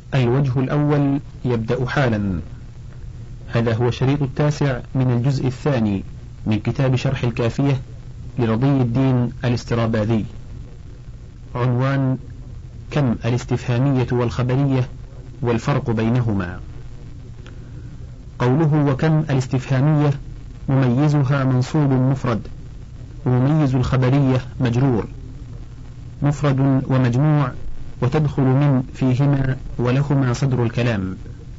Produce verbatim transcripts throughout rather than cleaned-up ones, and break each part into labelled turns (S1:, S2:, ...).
S1: الوجه الأول يبدأ حالا. هذا هو الشريط التاسع من الجزء الثاني من كتاب شرح الكافية لرضي الدين الاستراباذي. عنوان: كم الاستفهامية والخبرية والفرق بينهما. قوله وكم الاستفهامية مميزها منصوب مفرد، ومميز الخبرية مجرور. مفرد ومجموع، وتدخل من فيهما ولهما صدر الكلام.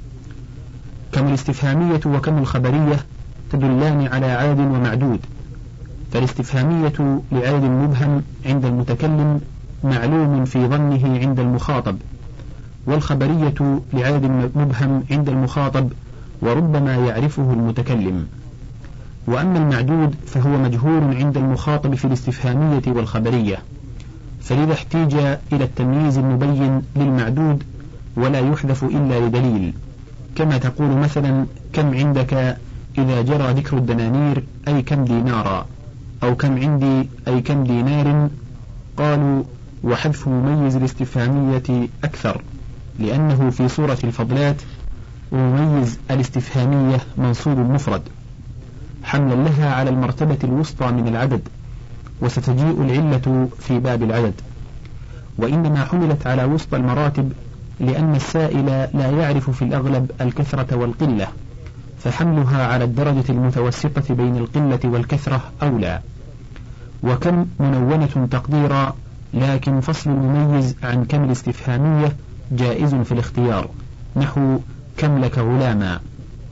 S1: كم الاستفهامية وكم الخبرية تدلان على عاد ومعدود، فالاستفهامية لعاد مبهم عند المتكلم معلوم في ظنه عند المخاطب، والخبرية لعاد مبهم عند المخاطب وربما يعرفه المتكلم. وأما المعدود فهو مجهول عند المخاطب في الاستفهامية والخبرية، فلذا احتيج إلى التمييز المبين للمعدود ولا يحذف إلا لدليل، كما تقول مثلا كم عندك إذا جرى ذكر الدنانير أي كم دينارا، أو كم عندي أي كم دينار. قالوا وحذف مميز الاستفهامية أكثر، لأنه في صورة الفضلات، ومميز الاستفهامية منصوب مفرد حملا لها على المرتبة الوسطى من العدد، وستجيء العلة في باب العدد. وإنما حملت على وسط المراتب لأن السائل لا يعرف في الأغلب الكثرة والقلة، فحملها على الدرجة المتوسطة بين القلة والكثرة أولى. وكم منونة تقديرا، لكن فصل المميز عن كم الاستفهامية جائز في الاختيار، نحو كم لك غلاما،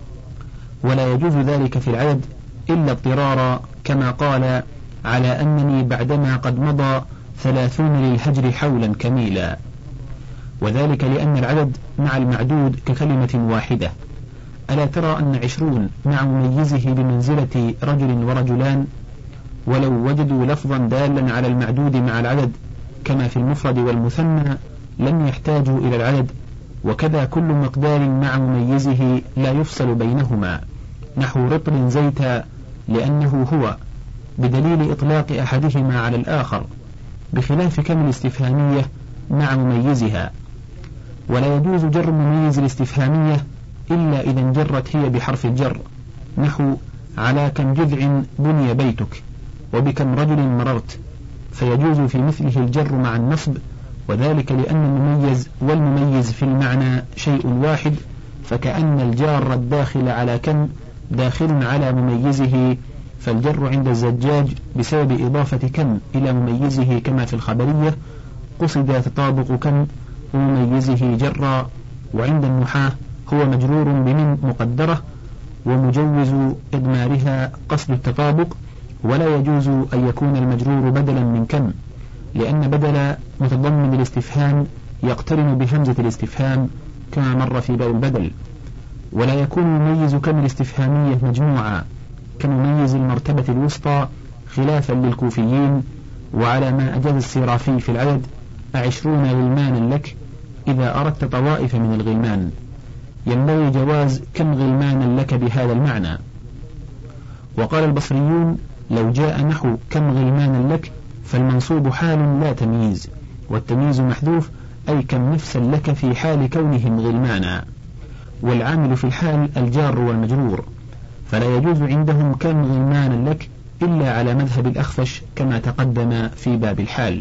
S1: ولا يجوز ذلك في العدد إلا اضطرارا، كما قال على أنني بعدما قد مضى ثلاثون للهجر حولا كميلا، وذلك لأن العدد مع المعدود ككلمة واحدة. ألا ترى أن عشرون مع مميزه بمنزلة رجل ورجلان، ولو وجدوا لفظا دالا على المعدود مع العدد كما في المفرد والمثنى لم يحتاجوا إلى العدد. وكذا كل مقدار مع مميزه لا يفصل بينهما، نحو رطل زيتا، لأنه هو، بدليل إطلاق أحدهما على الآخر، بخلاف كم الاستفهامية مع مميزها. ولا يجوز جر مميز الاستفهامية إلا إذا انجرت هي بحرف الجر، نحو على كم جذع بني بيتك، وبكم رجل مررت، فيجوز في مثله الجر مع النصب، وذلك لأن المميز والمميز في المعنى شيء واحد، فكأن الجار الداخل على كم داخل على مميزه، فالجر عند الزجاج بسبب إضافة كم إلى مميزه كما في الخبرية قصد تطابق كم ومميزه جرا. وعند النحاة هو مجرور بمن مقدرة، ومجوز إضمارها قصد التطابق، ولا يجوز أن يكون المجرور بدلا من كم، لأن بدل متضمن الاستفهام يقترن بهمزة الاستفهام كما مر في باب البدل. ولا يكون مميز كم الاستفهامية مجموعا كمميز المرتبة الوسطى، خلافا للكوفيين. وعلى ما أجاز السرافي في العدد أعشرون غلمانا لك إذا أردت طوائف من الغلمان، ينبغي جواز كم غلمانا لك بهذا المعنى. وقال البصريون لو جاء نحو كم غلمانا لك فالمنصوب حال لا تمييز، والتمييز محذوف، أي كم نفسا لك في حال كونهم غلمانا، والعامل في الحال الجار والمجرور، فلا يجوز عندهم كم غلمانا لك إلا على مذهب الأخفش كما تقدم في باب الحال.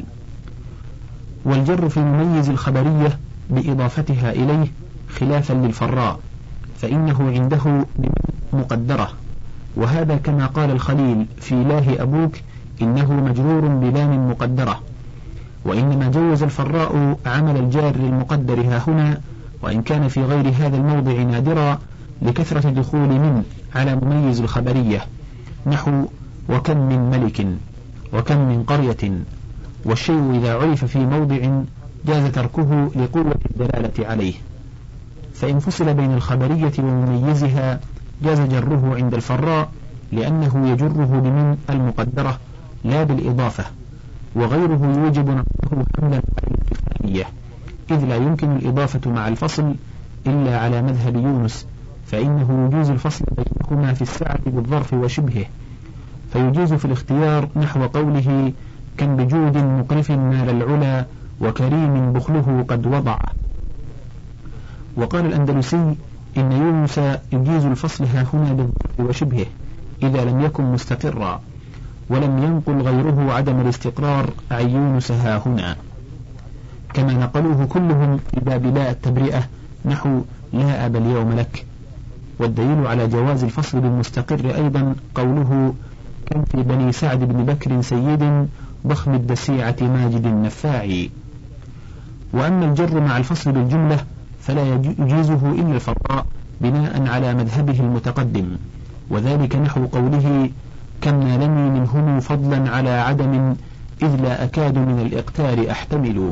S1: والجر في مميز الخبرية بإضافتها إليه خلافا للفراء، فإنه عنده مقدرة، وهذا كما قال الخليل في لاه أبوك إنه مجرور بلام مقدرة. وإنما جوز الفراء عمل الجار المقدر ها هنا، وإن كان في غير هذا الموضع نادرا لكثرة دخول من على مميز الخبرية، نحو وكم من ملك وكم من قرية. والشيء إذا عرف في موضع جاز تركه لقوة الدلالة عليه، فإن فصل بين الخبرية ومميزها جاز جره عند الفراء، لأنه يجره بمن المقدرة لا بالإضافة، وغيره يوجب نقصه حملا على الاستفهامية، إذ لا يمكن الإضافة مع الفصل إلا على مذهب يونس، فإنه يجوز الفصل بينهما في السعة بالظرف وشبهه، فيجوز في الاختيار نحو قوله كم بجود مقرف نال العلا وكريم بخله قد وضع. وقال الأندلسي إن يونس يجيز الفصل ها هنا بالضرب وشبهه إذا لم يكن مستقرا، ولم ينقل غيره عدم الاستقرار عن يونس ها هنا، كما نقلوه كلهم في باب لا التبرئة نحو لا أبا اليوم لك. والدليل على جواز الفصل بالمستقر أيضا قوله كم في بني سعد بن بكر سيد ضخم الدسيعة ماجد النفاعي. وأما الجر مع الفصل بالجملة فلا يجيزه إلا الفراء بناء على مذهبه المتقدم، وذلك نحو قوله كم نالني منهم فضلا على عدم إذ لا أكاد من الإقتار أحتمل.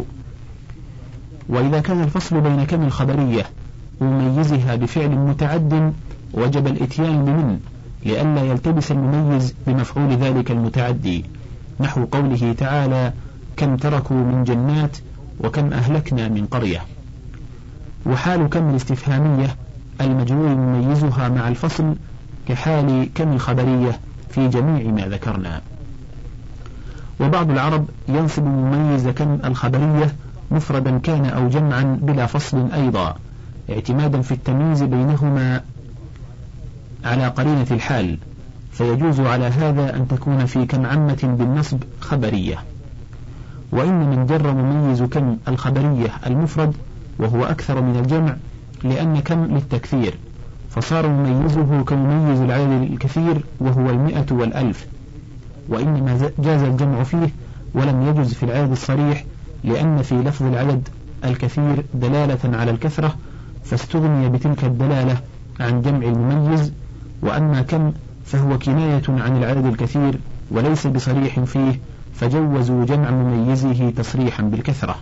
S1: وإذا كان الفصل بين كم الخبرية ومميزها بفعل متعد وجب الإتيان بمن لئلا يلتبس المميز بمفعول ذلك المتعدي، نحو قوله تعالى كم تركوا من جنات وكم أهلكنا من قرية. وحال كم الاستفهامية المجرور مميزها مع الفصل كحال كم الخبرية في جميع ما ذكرنا. وبعض العرب ينصب مميز كم الخبرية مفردا كان أو جمعا بلا فصل أيضا، اعتمادا في التمييز بينهما على قرينة الحال، فيجوز على هذا أن تكون في كم عمة بالنصب خبرية. وإن من جر مميز كم الخبرية المفرد وهو أكثر من الجمع لأن كم للتكثير، فصار مميزه كمميز العدد الكثير وهو المئة والألف. وإنما جاز الجمع فيه ولم يجز في العدد الصريح لأن في لفظ العدد الكثير دلالة على الكثرة، فاستغني بتلك الدلالة عن جمع المميز. وأما كم فهو كناية عن العدد الكثير وليس بصريح فيه، فجوزوا جمع مميزه تصريحا بالكثرة.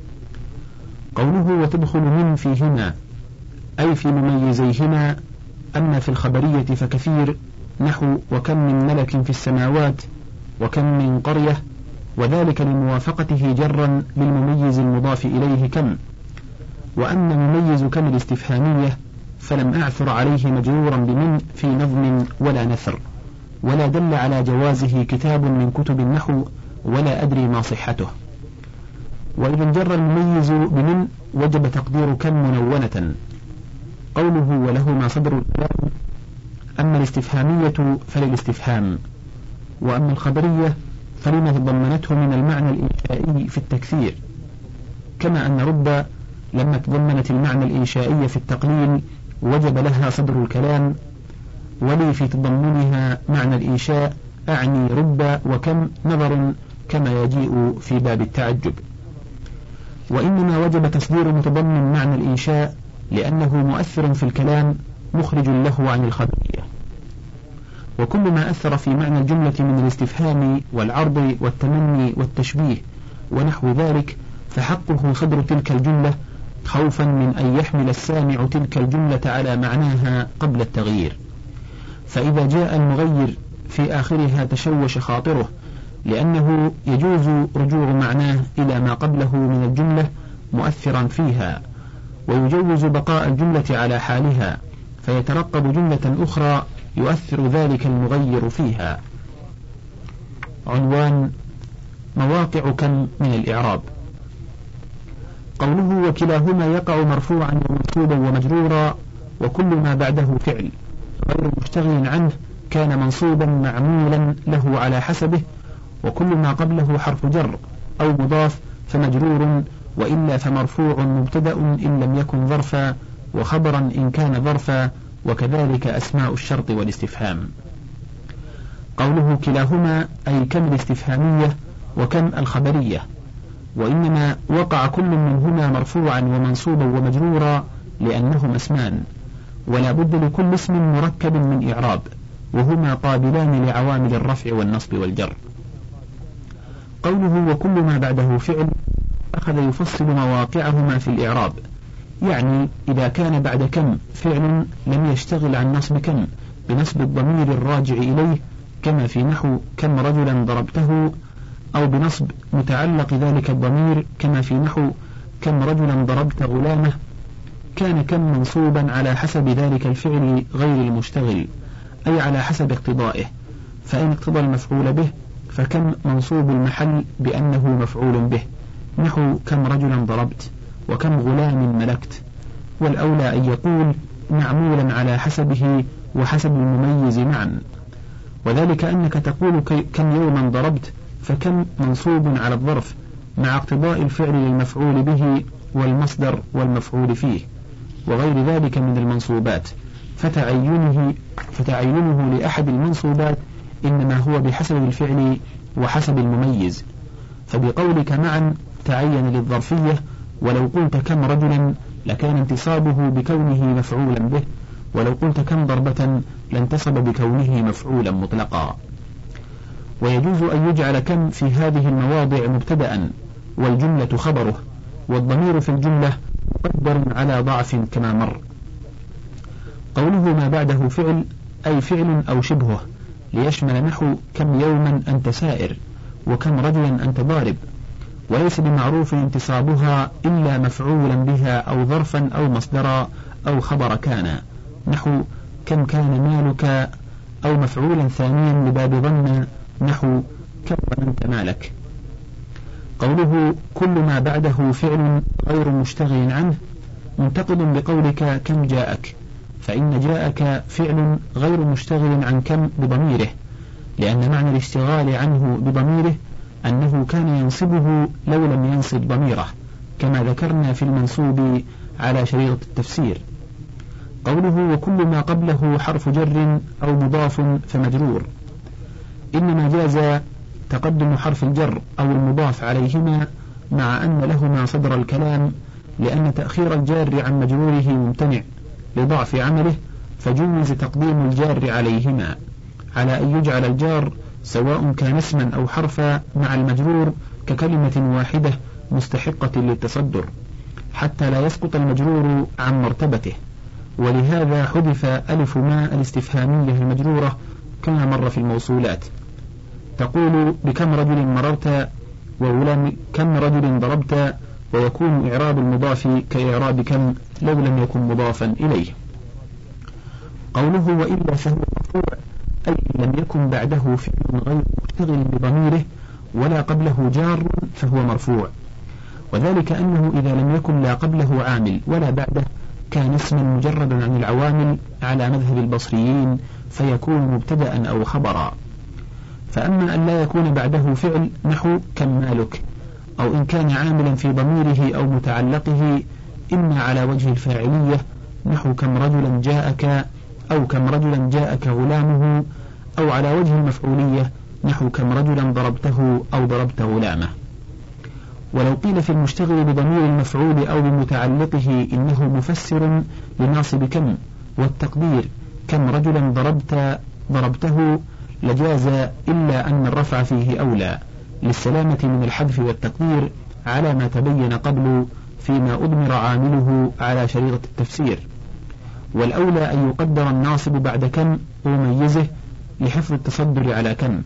S1: قوله وتدخل من فيهما أي في مميزيهما. أما في الخبرية فكثير نحو وكم من ملك في السماوات وكم من قرية، وذلك لموافقته جرا بالمميز المضاف إليه كم. وأما مميز كم الاستفهامية فلم أعثر عليه مجرورا بمن في نظم ولا نثر، ولا دل على جوازه كتاب من كتب النحو، ولا أدري ما صحته. وإذا جر المميز بمن وجب تقدير كم منونة، قوله ولهما صدر الكلام. أما الاستفهامية فللاستفهام، وأما الخبرية فلما تضمنته من المعنى الإنشائي في التكثير، كما أن رب لما تضمنت المعنى الإنشائي في التقليل وجب لها صدر الكلام، ولي في تضمنها معنى الإنشاء أعني رب وكم نظر كما يجيء في باب التعجب. وإنما وجب تصدير متضمن معنى الإنشاء لأنه مؤثر في الكلام مخرج له عن الخبرية. وكل ما أثر في معنى الجملة من الاستفهام والعرض والتمني والتشبيه ونحو ذلك فحقه صدر تلك الجملة، خوفا من أن يحمل السامع تلك الجملة على معناها قبل التغيير. فإذا جاء المغير في آخرها تشوش خاطره، لأنه يجوز رجوع معناه إلى ما قبله من الجملة مؤثرا فيها، ويجوز بقاء الجملة على حالها فيترقب جملة أخرى يؤثر ذلك المغير فيها. عنوان مواقع كم من الإعراب. قوله وكلاهما يقع مرفوعا ومنصوبا ومجرورا، وكل ما بعده فعل غير مشتغل عنه كان منصوبا معمولا له على حسبه، وكل ما قبله حرف جر أو مضاف فمجرور، وإلا فمرفوع مبتدأ إن لم يكن ظرفا، وخبرا إن كان ظرفا، وكذلك أسماء الشرط والاستفهام. قوله كلاهما أي كم الاستفهامية وكم الخبرية، وإنما وقع كل منهما مرفوعا ومنصوبا ومجرورا لأنهم اسمان، ولا بد لكل اسم مركب من إعراب، وهما قابلان لعوامل الرفع والنصب والجر. قوله وكل ما بعده فعل أخذ يفصل مواقعهما في الإعراب، يعني إذا كان بعد كم فعل لم يشتغل عن نصب كم بنصب الضمير الراجع إليه كما في نحو كم رجلا ضربته، أو بنصب متعلق ذلك الضمير كما في نحو كم رجلا ضربت غلامه، كان كم منصوبا على حسب ذلك الفعل غير المشتغل، أي على حسب اقتضائه، فإن اقتضى المفعول به فكم منصوب المحل بأنه مفعول به، نحو كم رجلا ضربت وكم غلام ملكت. والأولى أن يقول معمولا على حسبه وحسب المميز معا، وذلك أنك تقول كم يوما ضربت، فكم منصوب على الظرف مع اقتضاء الفعل للمفعول به والمصدر والمفعول فيه وغير ذلك من المنصوبات، فتعينه, فتعينه لأحد المنصوبات إنما هو بحسب الفعل وحسب المميز. فبقولك معا تعين للظرفية، ولو قلت كم رجلا لكان انتصابه بكونه مفعولا به، ولو قلت كم ضربة لانتصب بكونه مفعولا مطلقا. ويجوز أن يجعل كم في هذه المواضع مبتدأ والجملة خبره، والضمير في الجملة مقدر على ضعف كما مر. قوله ما بعده فعل أي فعل أو شبهه، ليشمل نحو كم يوما أنت سائر، وكم رجلا أنت ضارب، وليس بمعروف انتصابها إلا مفعولا بها أو ظرفا أو مصدرا أو خبر كان، نحو كم كان مالك، أو مفعولا ثانيا لباب ظن، نحو كم ظننت مالك. قوله كل ما بعده فعل غير مشتغل عنه منتقد بقولك كم جاءك، فإن جاءك فعل غير مشتغل عن كم بضميره، لأن معنى الاشتغال عنه بضميره أنه كان ينصبه لو لم ينصب ضميره، كما ذكرنا في المنصوب على شريط التفسير. قوله وكل ما قبله حرف جر أو مضاف فمجرور، إنما جاز تقدم حرف الجر أو المضاف عليهما مع أن لهما صدر الكلام، لأن تأخير الجار عن مجروره ممتنع لضعف عمله، فجوز تقديم الجار عليهما على أن يجعل الجار سواء كان اسما أو حرفا مع المجرور ككلمة واحدة مستحقة للتصدر، حتى لا يسقط المجرور عن مرتبته. ولهذا حذف ألف ما الاستفهامية المجرورة كما مر في الموصولات. تقول بكم رجل مررت، وغلام كم رجل ضربت، ويكون إعراب المضاف كإعراب كم لو لم يكن مضافا إليه. قوله وإلا فهو مرفوع، أي لم يكن بعده فعل غير مشتغل بضميره ولا قبله جار فهو مرفوع، وذلك أنه إذا لم يكن لا قبله عامل ولا بعده كان اسما مجردا عن العوامل على مذهب البصريين، فيكون مبتدأ أو خبرا. فأما أن لا يكون بعده فعل نحو كم مالك، أو إن كان عاملا في ضميره أو متعلقه إما على وجه الفاعلية نحو كم رجلا جاءك، أو كم رجلا جاءك غلامه، أو على وجه المفعولية نحو كم رجلا ضربته أو ضربت غلامه. ولو قيل في المشتغل بضمير المفعول أو بمتعلقه إنه مفسر لناصب كم، والتقدير كم رجلا ضربت ضربته لجاز، إلا أن الرفع فيه أولى للسلامة من الحذف والتقدير على ما تبين قبل فيما أضمر عامله على شريطة التفسير. والأولى أن يقدر الناصب بعد كم وميزه لحفظ التصدر على كم،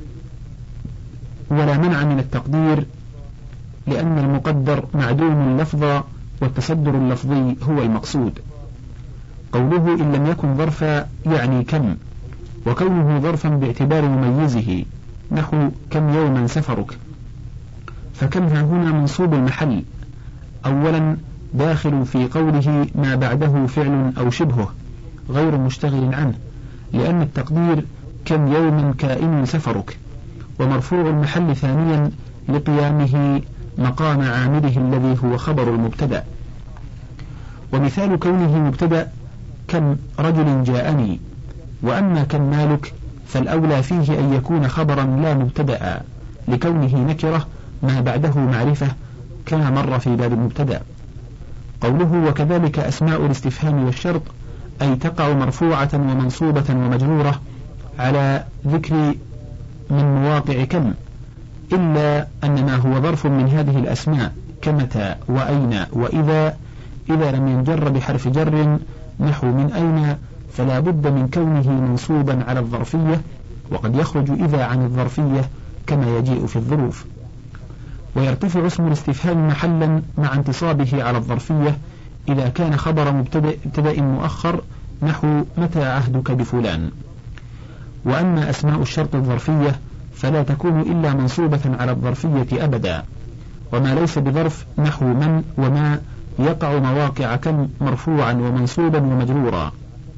S1: ولا منع من التقدير لأن المقدر معدوم اللفظ والتصدر اللفظي هو المقصود. قوله إن لم يكن ظرفا يعني كم، وكونه ظرفا باعتبار مميزه نحو كم يوما سفرك، فكم هنا منصوب المحل أولا داخل في قوله ما بعده فعل أو شبهه غير مشتغل عنه، لأن التقدير كم يوما كائن سفرك، ومرفوع المحل ثانيا لقيامه مقام عامله الذي هو خبر المبتدأ. ومثال كونه مبتدأ كم رجل جاءني، وأما كم مالك فالأولى فيه أن يكون خبرا لا مبتدأ لكونه نكرة ما بعده معرفة كما مر في باب المبتدأ. قوله وكذلك أسماء الاستفهام والشرط، أي تقع مرفوعة ومنصوبة ومجرورة على ذكر من مواقع كم، إلا أن ما هو ظرف من هذه الأسماء كمتى وأين وإذا إذا لم ينجر بحرف جر نحو من أين فلا بد من كونه منصوبا على الظرفية، وقد يخرج إذا عن الظرفية كما يجيء في الظروف. ويرتفع اسم الاستفهام محلا مع انتصابه على الظرفية إذا كان خبر مبتدأ مؤخر نحو متى عهدك بفلان. وأما أسماء الشرط الظرفية فلا تكون إلا منصوبة على الظرفية أبدا، وما ليس بظرف نحو من وما يقع مواقع كم مرفوعا ومنصوبا ومجرورا.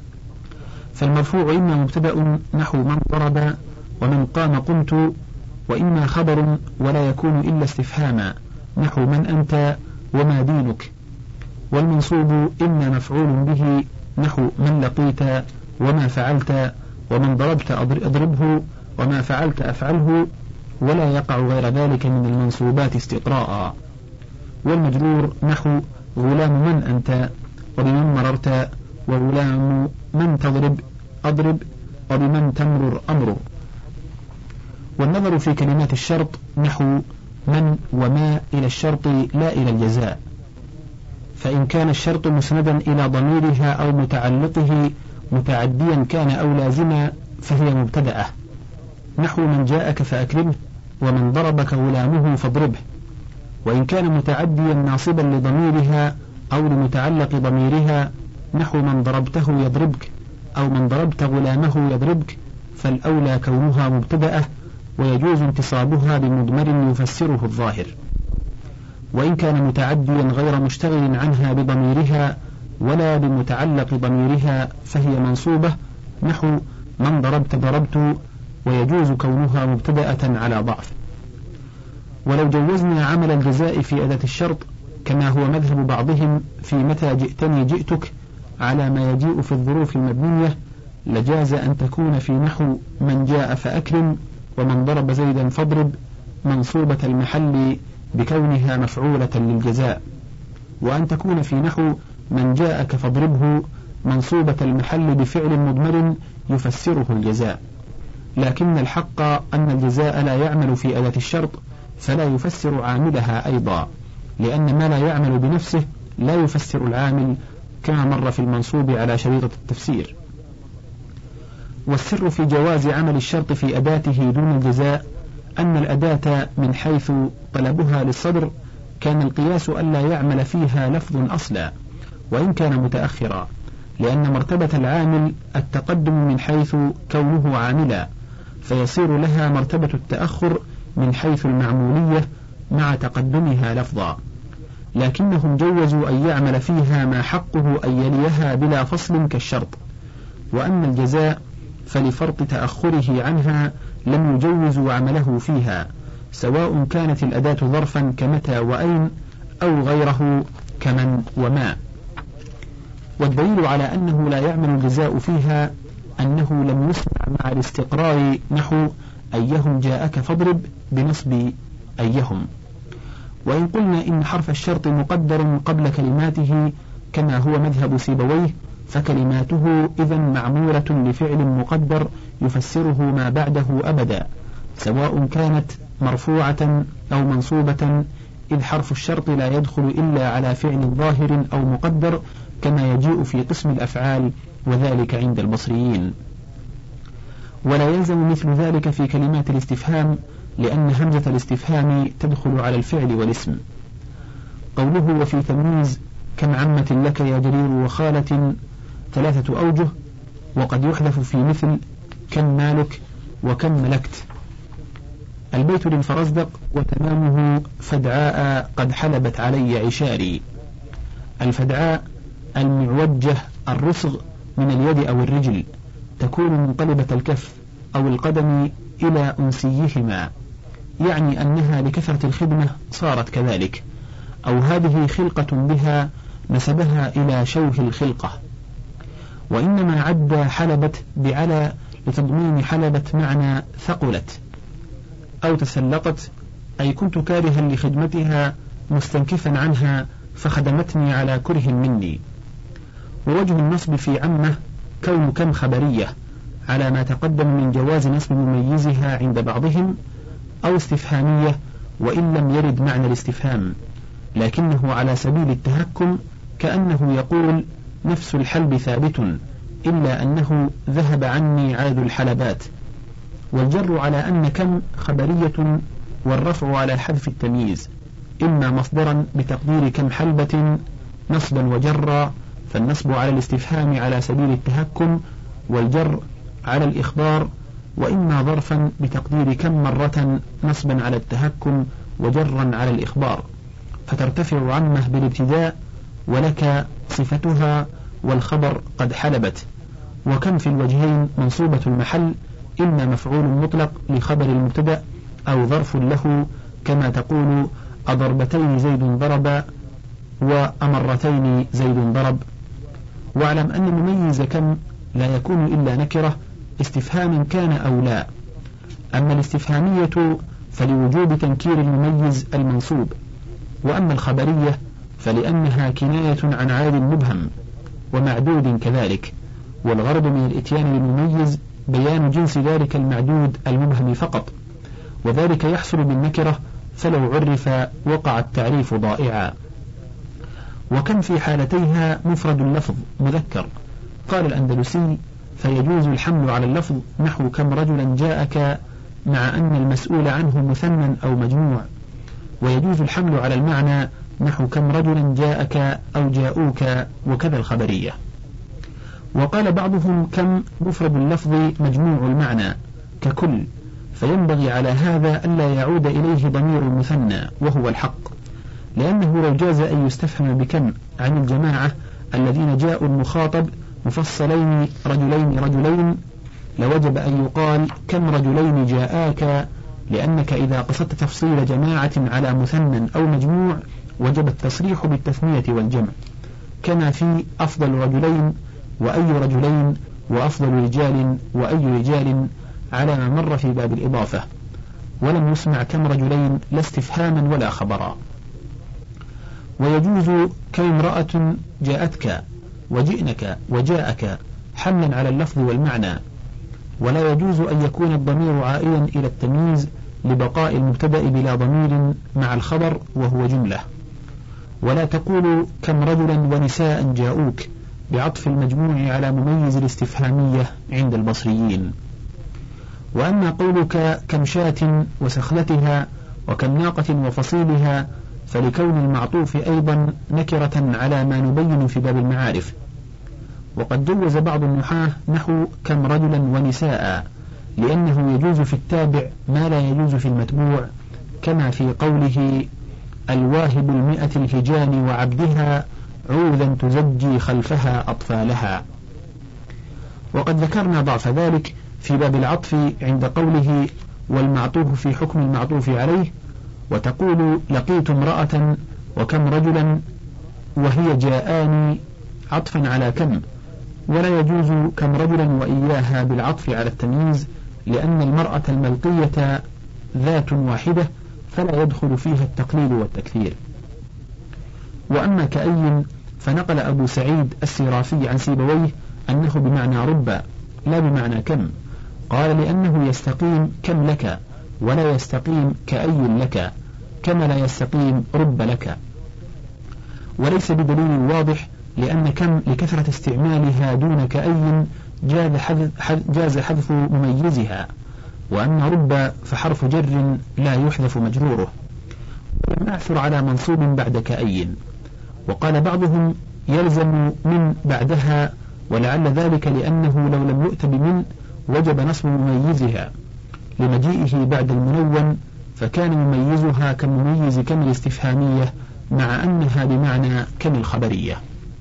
S1: فالمرفوع إما مبتدأ نحو من ضرب ومن قام قمت، وإما خبر ولا يكون إلا استفهاما نحو من أنت وما دينك. والمنصوب إما مفعول به نحو من لقيت وما فعلت، ومن ضربت أضربه وما فعلت أفعله، ولا يقع غير ذلك من المنصوبات استقراء. والمجرور نحو غلام من أنت وبمن مررت، وغلام من تضرب أضرب وبمن تمرر أمرر. والنظر في كلمات الشرط نحو من وما إلى الشرط لا إلى الجزاء، فإن كان الشرط مسندا إلى ضميرها أو متعلقه متعديا كان أو لازما فهي مبتدأة نحو من جاءك فأكرمه ومن ضربك غلامه فاضربه. وإن كان متعديا ناصبا لضميرها أو لمتعلق ضميرها نحو من ضربته يضربك أو من ضربت غلامه يضربك، فالأولى كونها مبتدأة ويجوز انتصابها بمضمر يفسره الظاهر. وإن كان متعديا غير مشتغل عنها بضميرها ولا بمتعلق ضميرها فهي منصوبة نحو من ضربت ضربت، ويجوز كونها مبتدأة على ضعف. ولو جوزنا عمل الجزاء في أداة الشرط كما هو مذهب بعضهم في متى جئتني جئتك على ما يجيء في الظروف المبنية، لجاز أن تكون في نحو من جاء فأكرم ومن ضرب زيدا فاضرب منصوبة المحل بكونها مفعولة للجزاء، وأن تكون في نحو من جاءك فاضربه منصوبة المحل بفعل مضمر يفسره الجزاء. لكن الحق أن الجزاء لا يعمل في أداة الشرط فلا يفسر عاملها أيضا، لأن ما لا يعمل بنفسه لا يفسر العامل كما مر في المنصوب على شريطة التفسير. والسر في جواز عمل الشرط في أداته دون الجزاء أن الأداة من حيث طلبها للصدر كان القياس ألا يعمل فيها لفظ أصلا وإن كان متأخرا، لأن مرتبة العامل التقدم من حيث كونه عاملا، فيصير لها مرتبة التأخر من حيث المعمولية مع تقدمها لفظا. لكنهم جوزوا أن يعمل فيها ما حقه أن يليها بلا فصل كالشرط. وأما الجزاء فلفرط تأخره عنها لم يجوزوا عمله فيها، سواء كانت الأداة ظرفا كمتى وأين أو غيره كمن وما. والدليل على أنه لا يعمل الجزاء فيها أنه لم يسمع مع الاستقرار نحو أيهم جاءك فاضرب بنصب أيهم. وإن قلنا إن حرف الشرط مقدر قبل كلماته كما هو مذهب سيبويه، فكلماته إذن معمولة لفعل مقدر يفسره ما بعده أبدا، سواء كانت مرفوعة أو منصوبة، إذ حرف الشرط لا يدخل إلا على فعل ظاهر أو مقدر كما يجيء في قسم الأفعال، وذلك عند البصريين. ولا يلزم مثل ذلك في كلمات الاستفهام، لأن همزة الاستفهام تدخل على الفعل والاسم. قوله وفي تمييز كم عمة لك يا جرير وخالة ثلاثة أوجه، وقد يحذف في مثل كم مالك وكم ملكت. البيت للفرزدق وتمامه فدعاء قد حلبت علي عشاري. الفدعاء المعوجة الرسغ من اليد أو الرجل، تكون منقلبة الكف أو القدم إلى أنسيهما، يعني أنها لكثرة الخدمة صارت كذلك، أو هذه خلقة بها نسبها إلى شوه الخلقة. وإنما عد حلبت بعلى لتضمين حلبت معنى ثقلت أو تسلقت، أي كنت كارها لخدمتها مستنكفا عنها فخدمتني على كره مني. ووجه النصب في عمه كون كم خبرية على ما تقدم من جواز نصب مميزها عند بعضهم، أو استفهامية وإن لم يرد معنى الاستفهام، لكنه على سبيل التهكم كأنه يقول نفس الحلب ثابت إلا أنه ذهب عني عاد الحلبات. والجر على أن كم خبرية، والرفع على حذف التمييز، إما مصدرا بتقدير كم حلبة نصبا وجرا، فالنصب على الاستفهام على سبيل التهكم والجر على الإخبار، وإما ظرفا بتقدير كم مرة نصبا على التهكم وجرا على الإخبار، فترتفع عمه بالابتداء ولك صفتها والخبر قد حلبت. وكم في الوجهين منصوبة المحل إما مفعول مطلق لخبر المبتدأ أو ظرف له، كما تقول أضربتين زيد ضرب وأمرتين زيد ضرب. واعلم أن مميز كم لا يكون إلا نكرة استفهام كان أو لا. أما الاستفهامية فلوجوب تنكير المميز المنصوب، وأما الخبرية فلأنها كناية عن عاد مبهم ومعدود كذلك، والغرض من الإتيان بالمميز بيان جنس ذلك المعدود المبهم فقط، وذلك يحصل بالنكرة فلو عرف وقع التعريف ضائعا. وكم في حالتيها مفرد اللفظ مذكر. قال الأندلسي: فيجوز الحمل على اللفظ نحو كم رجلا جاءك، مع أن المسؤول عنه مثنى أو مجموع. ويجوز الحمل على المعنى نحو كم رجلا جاءك أو جاءوك، وكذا الخبرية. وقال بعضهم كم مفرد اللفظ مجموع المعنى ككل، فينبغي على هذا ألا يعود إليه ضمير المثنى وهو الحق، لأنه لو جاز أن يستفهم بكم عن الجماعة الذين جاءوا المخاطب مفصلين رجلين رجلين لوجب أن يقال كم رجلين جاءاك، لأنك إذا قصدت تفصيل جماعة على مثنى أو مجموع وجب التصريح بالتثنية والجمع، كما في أفضل رجلين وأي رجلين وأفضل رجال وأي رجال على ما مر في باب الإضافة، ولم يسمع كم رجلين لا استفهاما ولا خبرا. ويجوز كم امرأة جاءتك وجئنك وجاءك حملا على اللفظ والمعنى، ولا يجوز أن يكون الضمير عائدا إلى التمييز لبقاء المبتدأ بلا ضمير مع الخبر وهو جملة. ولا تقول كم رجلا ونساء جاءوك بعطف المجموع على مميز الاستفهامية عند البصريين. وأما قولك كم شاة وسخلتها وكم ناقة وفصيلها فلكون المعطوف أيضا نكرة على ما نبين في باب المعارف. وقد جوز بعض النحاة نحو كم رجلا ونساء، لأنه يجوز في التابع ما لا يجوز في المتبوع، كما في قوله الواهب المئة الهجان وعبدها عوذا تزجي خلفها أطفالها. وقد ذكرنا ضعف ذلك في باب العطف عند قوله والمعطوف في حكم المعطوف عليه، وتقول لقيت امرأة وكم رجلا وهي جاءاني عطفا على كم، ولا يجوز كم رجلا وإياها بالعطف على التمييز، لأن المرأة الملقية ذات واحدة فلا يدخل فيها التقليل والتكثير. وأما كأي فنقل أبو سعيد السرافي عن سيبويه أنه بمعنى رب لا بمعنى كم، قال لأنه يستقيم كم لك ولا يستقيم كأي لك، كما لا يستقيم رب لك. وليس بدليل واضح، لأن كم لكثرة استعمالها دون كأي جاز حذف, جاز حذف مميزها، وأما رب فحرف جر لا يحذف مجروره، ولم يعثر على منصوب بعد كأي. وقال بعضهم يلزم من بعدها، ولعل ذلك لأنه لو لم يؤت بمن وجب نصب مميزها لمجيئه بعد المنون، فكان مميزها كمميز كم الاستفهامية مع أنها بمعنى كم الخبرية.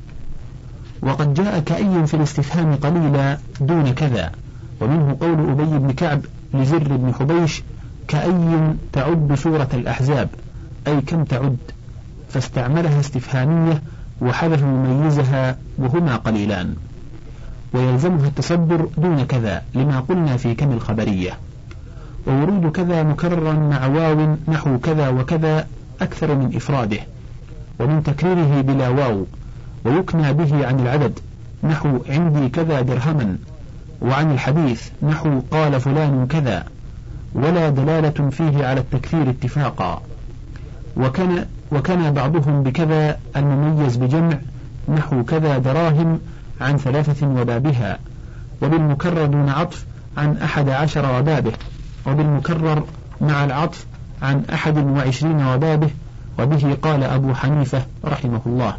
S1: وقد جاء كأي في الاستفهام قليلا دون كذا، ومنه قول أبي بن كعب لزر بن حبيش كأي تعد سورة الأحزاب، أي كم تعد، فاستعملها استفهامية وحذف مميزها وهما قليلان. ويلزمها التصدر دون كذا لما قلنا في كم الخبرية. وورود كذا مكررا مع واو نحو كذا وكذا أكثر من إفراده ومن تكريره بلا واو، ويكنى به عن العدد نحو عندي كذا درهما، وعن الحديث نحو قال فلان كذا، ولا دلالة فيه على التكثير اتفاقا. وكان, وكان بعضهم بكذا المميز بجمع نحو كذا دراهم عن ثلاثة وبابها، وبالمكرر دون عطف عن أحد عشر وبابه، وبالمكرر مع العطف عن أحد وعشرين وبابه، وبه قال أبو حنيفة رحمه الله،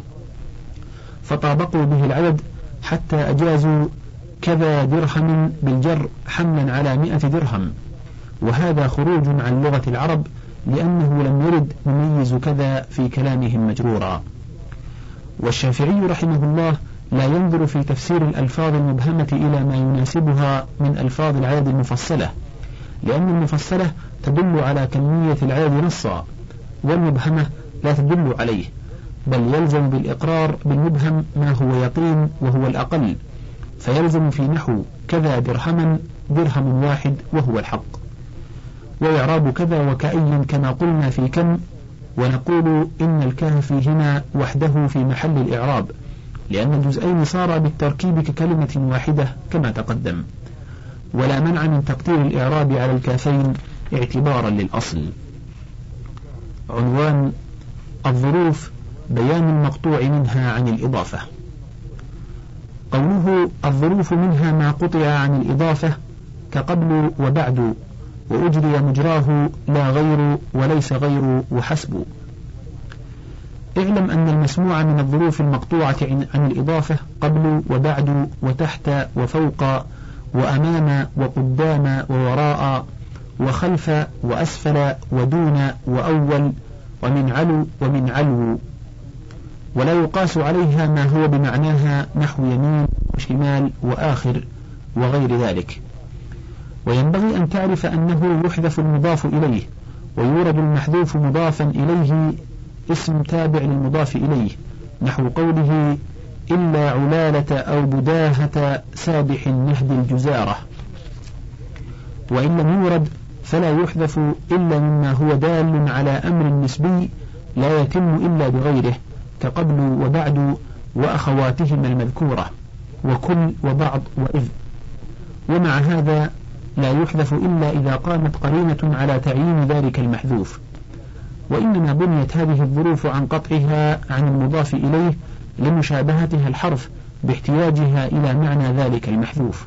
S1: فطابقوا به العدد حتى أجازوا كذا درهم بالجر حملا على مئة درهم، وهذا خروج عن لغة العرب لأنه لم يرد مميز كذا في كلامهم مجرورا. والشافعي رحمه الله لا ينظر في تفسير الألفاظ المبهمة إلى ما يناسبها من ألفاظ العدد المفصلة، لأن المفصلة تدل على كمية العدد نصا، والمبهمة لا تدل عليه، بل يلزم بالإقرار بالمبهم ما هو يقين وهو الأقل، فيلزم في نحو كذا درهما درهم واحد وهو الحق، ويعراب كذا وكأي كما قلنا في كم، ونقول إن الكاف فيهما وحده في محل الإعراب، لأن الجزئين صار بالتركيب ككلمة واحدة كما تقدم، ولا منع من تقدير الإعراب على الكافين اعتبارا للأصل. عنوان: الظروف، بيان المقطوع منها عن الإضافة. قوله الظروف منها ما قطع عن الإضافة كقبل وبعد وأجري مجراه لا غير وليس غير وحسب. اعلم أن المسموع من الظروف المقطوعة عن الإضافة قبل وبعد وتحت وفوق وأمام وقدام ووراء وخلف وأسفل ودون وأول ومن علو ومن علو، ولا يقاس عليها ما هو بمعناها نحو يمين وشمال وآخر وغير ذلك. وينبغي أن تعرف أنه يحذف المضاف إليه ويورد المحذوف مضافا إليه اسم تابع للمضاف إليه، نحو قوله إلا علالة أو بداهة سابح نهد الجزارة. وإن لم يورد فلا يحذف إلا مما هو دال على أمر نسبي لا يتم إلا بغيره، كقبل وبعد وأخواتهما المذكورة وكل وبعض وإذ. ومع هذا لا يحذف إلا إذا قامت قرينة على تعيين ذلك المحذوف، وإنما بنيت هذه الظروف عن قطعها عن المضاف إليه لمشابهتها الحرف باحتياجها إلى معنى ذلك المحذوف.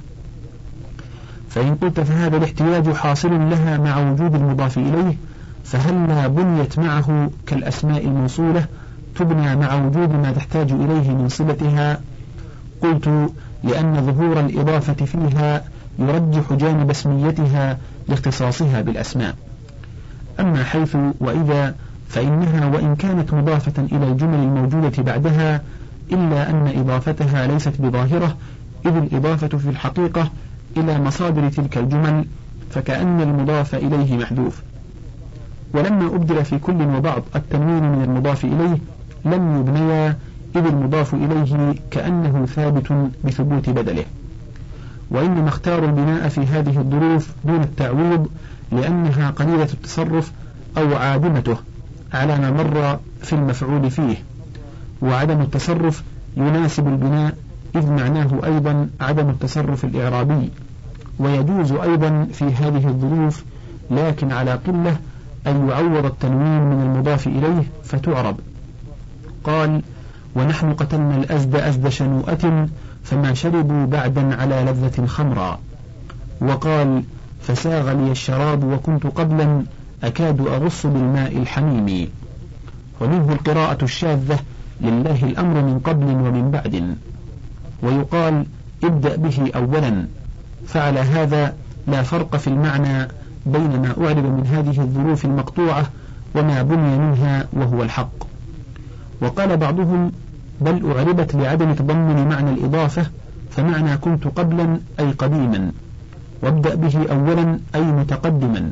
S1: فإن قلت فهذا الاحتياج حاصل لها مع وجود المضاف إليه، فهلا بنيت معه كالأسماء الموصولة تبنى مع وجود ما تحتاج إليه من صلتها؟ قلت لأن ظهور الإضافة فيها يرجح جانب اسميتها لاختصاصها بالأسماء. أما حيث وإذا فإنها وإن كانت مضافة إلى الجمل الموجودة بعدها إلا أن إضافتها ليست بظاهرة، إذ الإضافة في الحقيقة إلى مصادر تلك الجمل، فكأن المضاف إليه محذوف. ولما أبدل في كل وبعض التنوين من المضاف إليه لم يبنيا، إذ المضاف إليه كأنه ثابت بثبوت بدله. وإنما اختاروا البناء في هذه الظروف دون التعويض لأنها قليلة التصرف أو عادمته على ما مر في المفعول فيه، وعدم التصرف يناسب البناء إذ معناه أيضا عدم التصرف الإعرابي، ويجوز أيضا في هذه الظروف لكن على قلة أن يعوض التنوين من المضاف إليه فتعرب. قال: ونحن قتلنا الأزد أزد شنوءة فما شربوا بعدا على لذة خمرا. وقال: فساغ لي الشراب وكنت قبلا أكاد أغص بالماء الحميم. ومنه القراءة الشاذة لله الأمر من قبل ومن بعد. ويقال: ابدأ به أولا. فعلى هذا لا فرق في المعنى بين ما أعرب من هذه الظروف المقطوعة وما بني منها وهو الحق. وقال بعضهم: بل أعربت لعدم تضمن معنى الإضافة، فمعنى كنت قبلا أي قديما، وابدأ به أولا أي متقدما،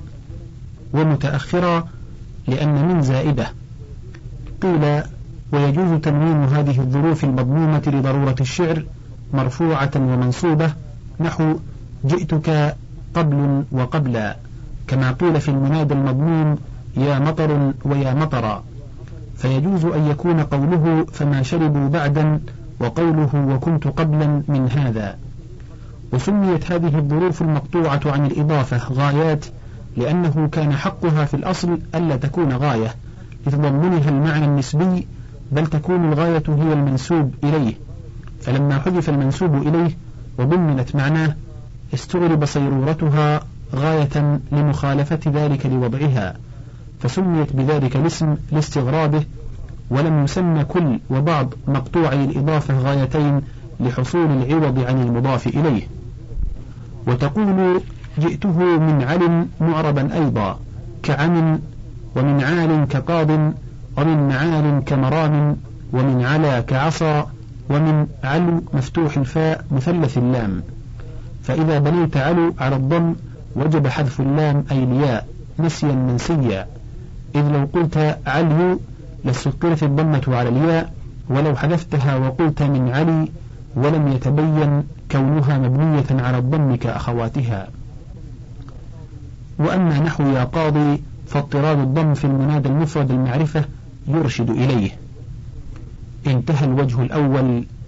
S1: ومتأخرا لأن من زائدة. قيل: ويجوز تنوين هذه الظروف المضمومة لضرورة الشعر مرفوعة ومنصوبة، نحو جئتك قبل وقبلا، كما قيل في المنادى المضموم يا مطر ويا مطر. فيجوز أن يكون قوله فما شربوا بعدا وقوله وكنت قبلا من هذا. وسميت هذه الظروف المقطوعة عن الإضافة غايات لأنه كان حقها في الأصل ألا تكون غاية لتضمنها المعنى النسبي، بل تكون الغاية هي المنسوب إليه، فلما حذف المنسوب إليه وضمنت معناه استغرب صيرورتها غاية لمخالفة ذلك لوضعها، فسميت بذلك الاسم لاستغرابه، ولم يسمى كل وبعض مقطوعي الإضافة غايتين لحصول العوض عن المضاف إليه. وتقول جئته من علم معربا أيضا كعم، ومن عال كقاض، ومن معال كمرام، ومن على كعصا، ومن علو مفتوح الفاء مثلث اللام. فإذا بنيت علو على الضم وجب حذف اللام أي الياء نسيا منسيا، إذ لو قلت عليو لسكرت الضمة على الياء، ولو حذفتها وقلت من علي ولم يتبين كونها مبنية على الضم كأخواتها. وأما نحو يا قاضي فاضطراد الضم في المنادى المفرد المعرفة يرشد إليه. انتهى الوجه الأول.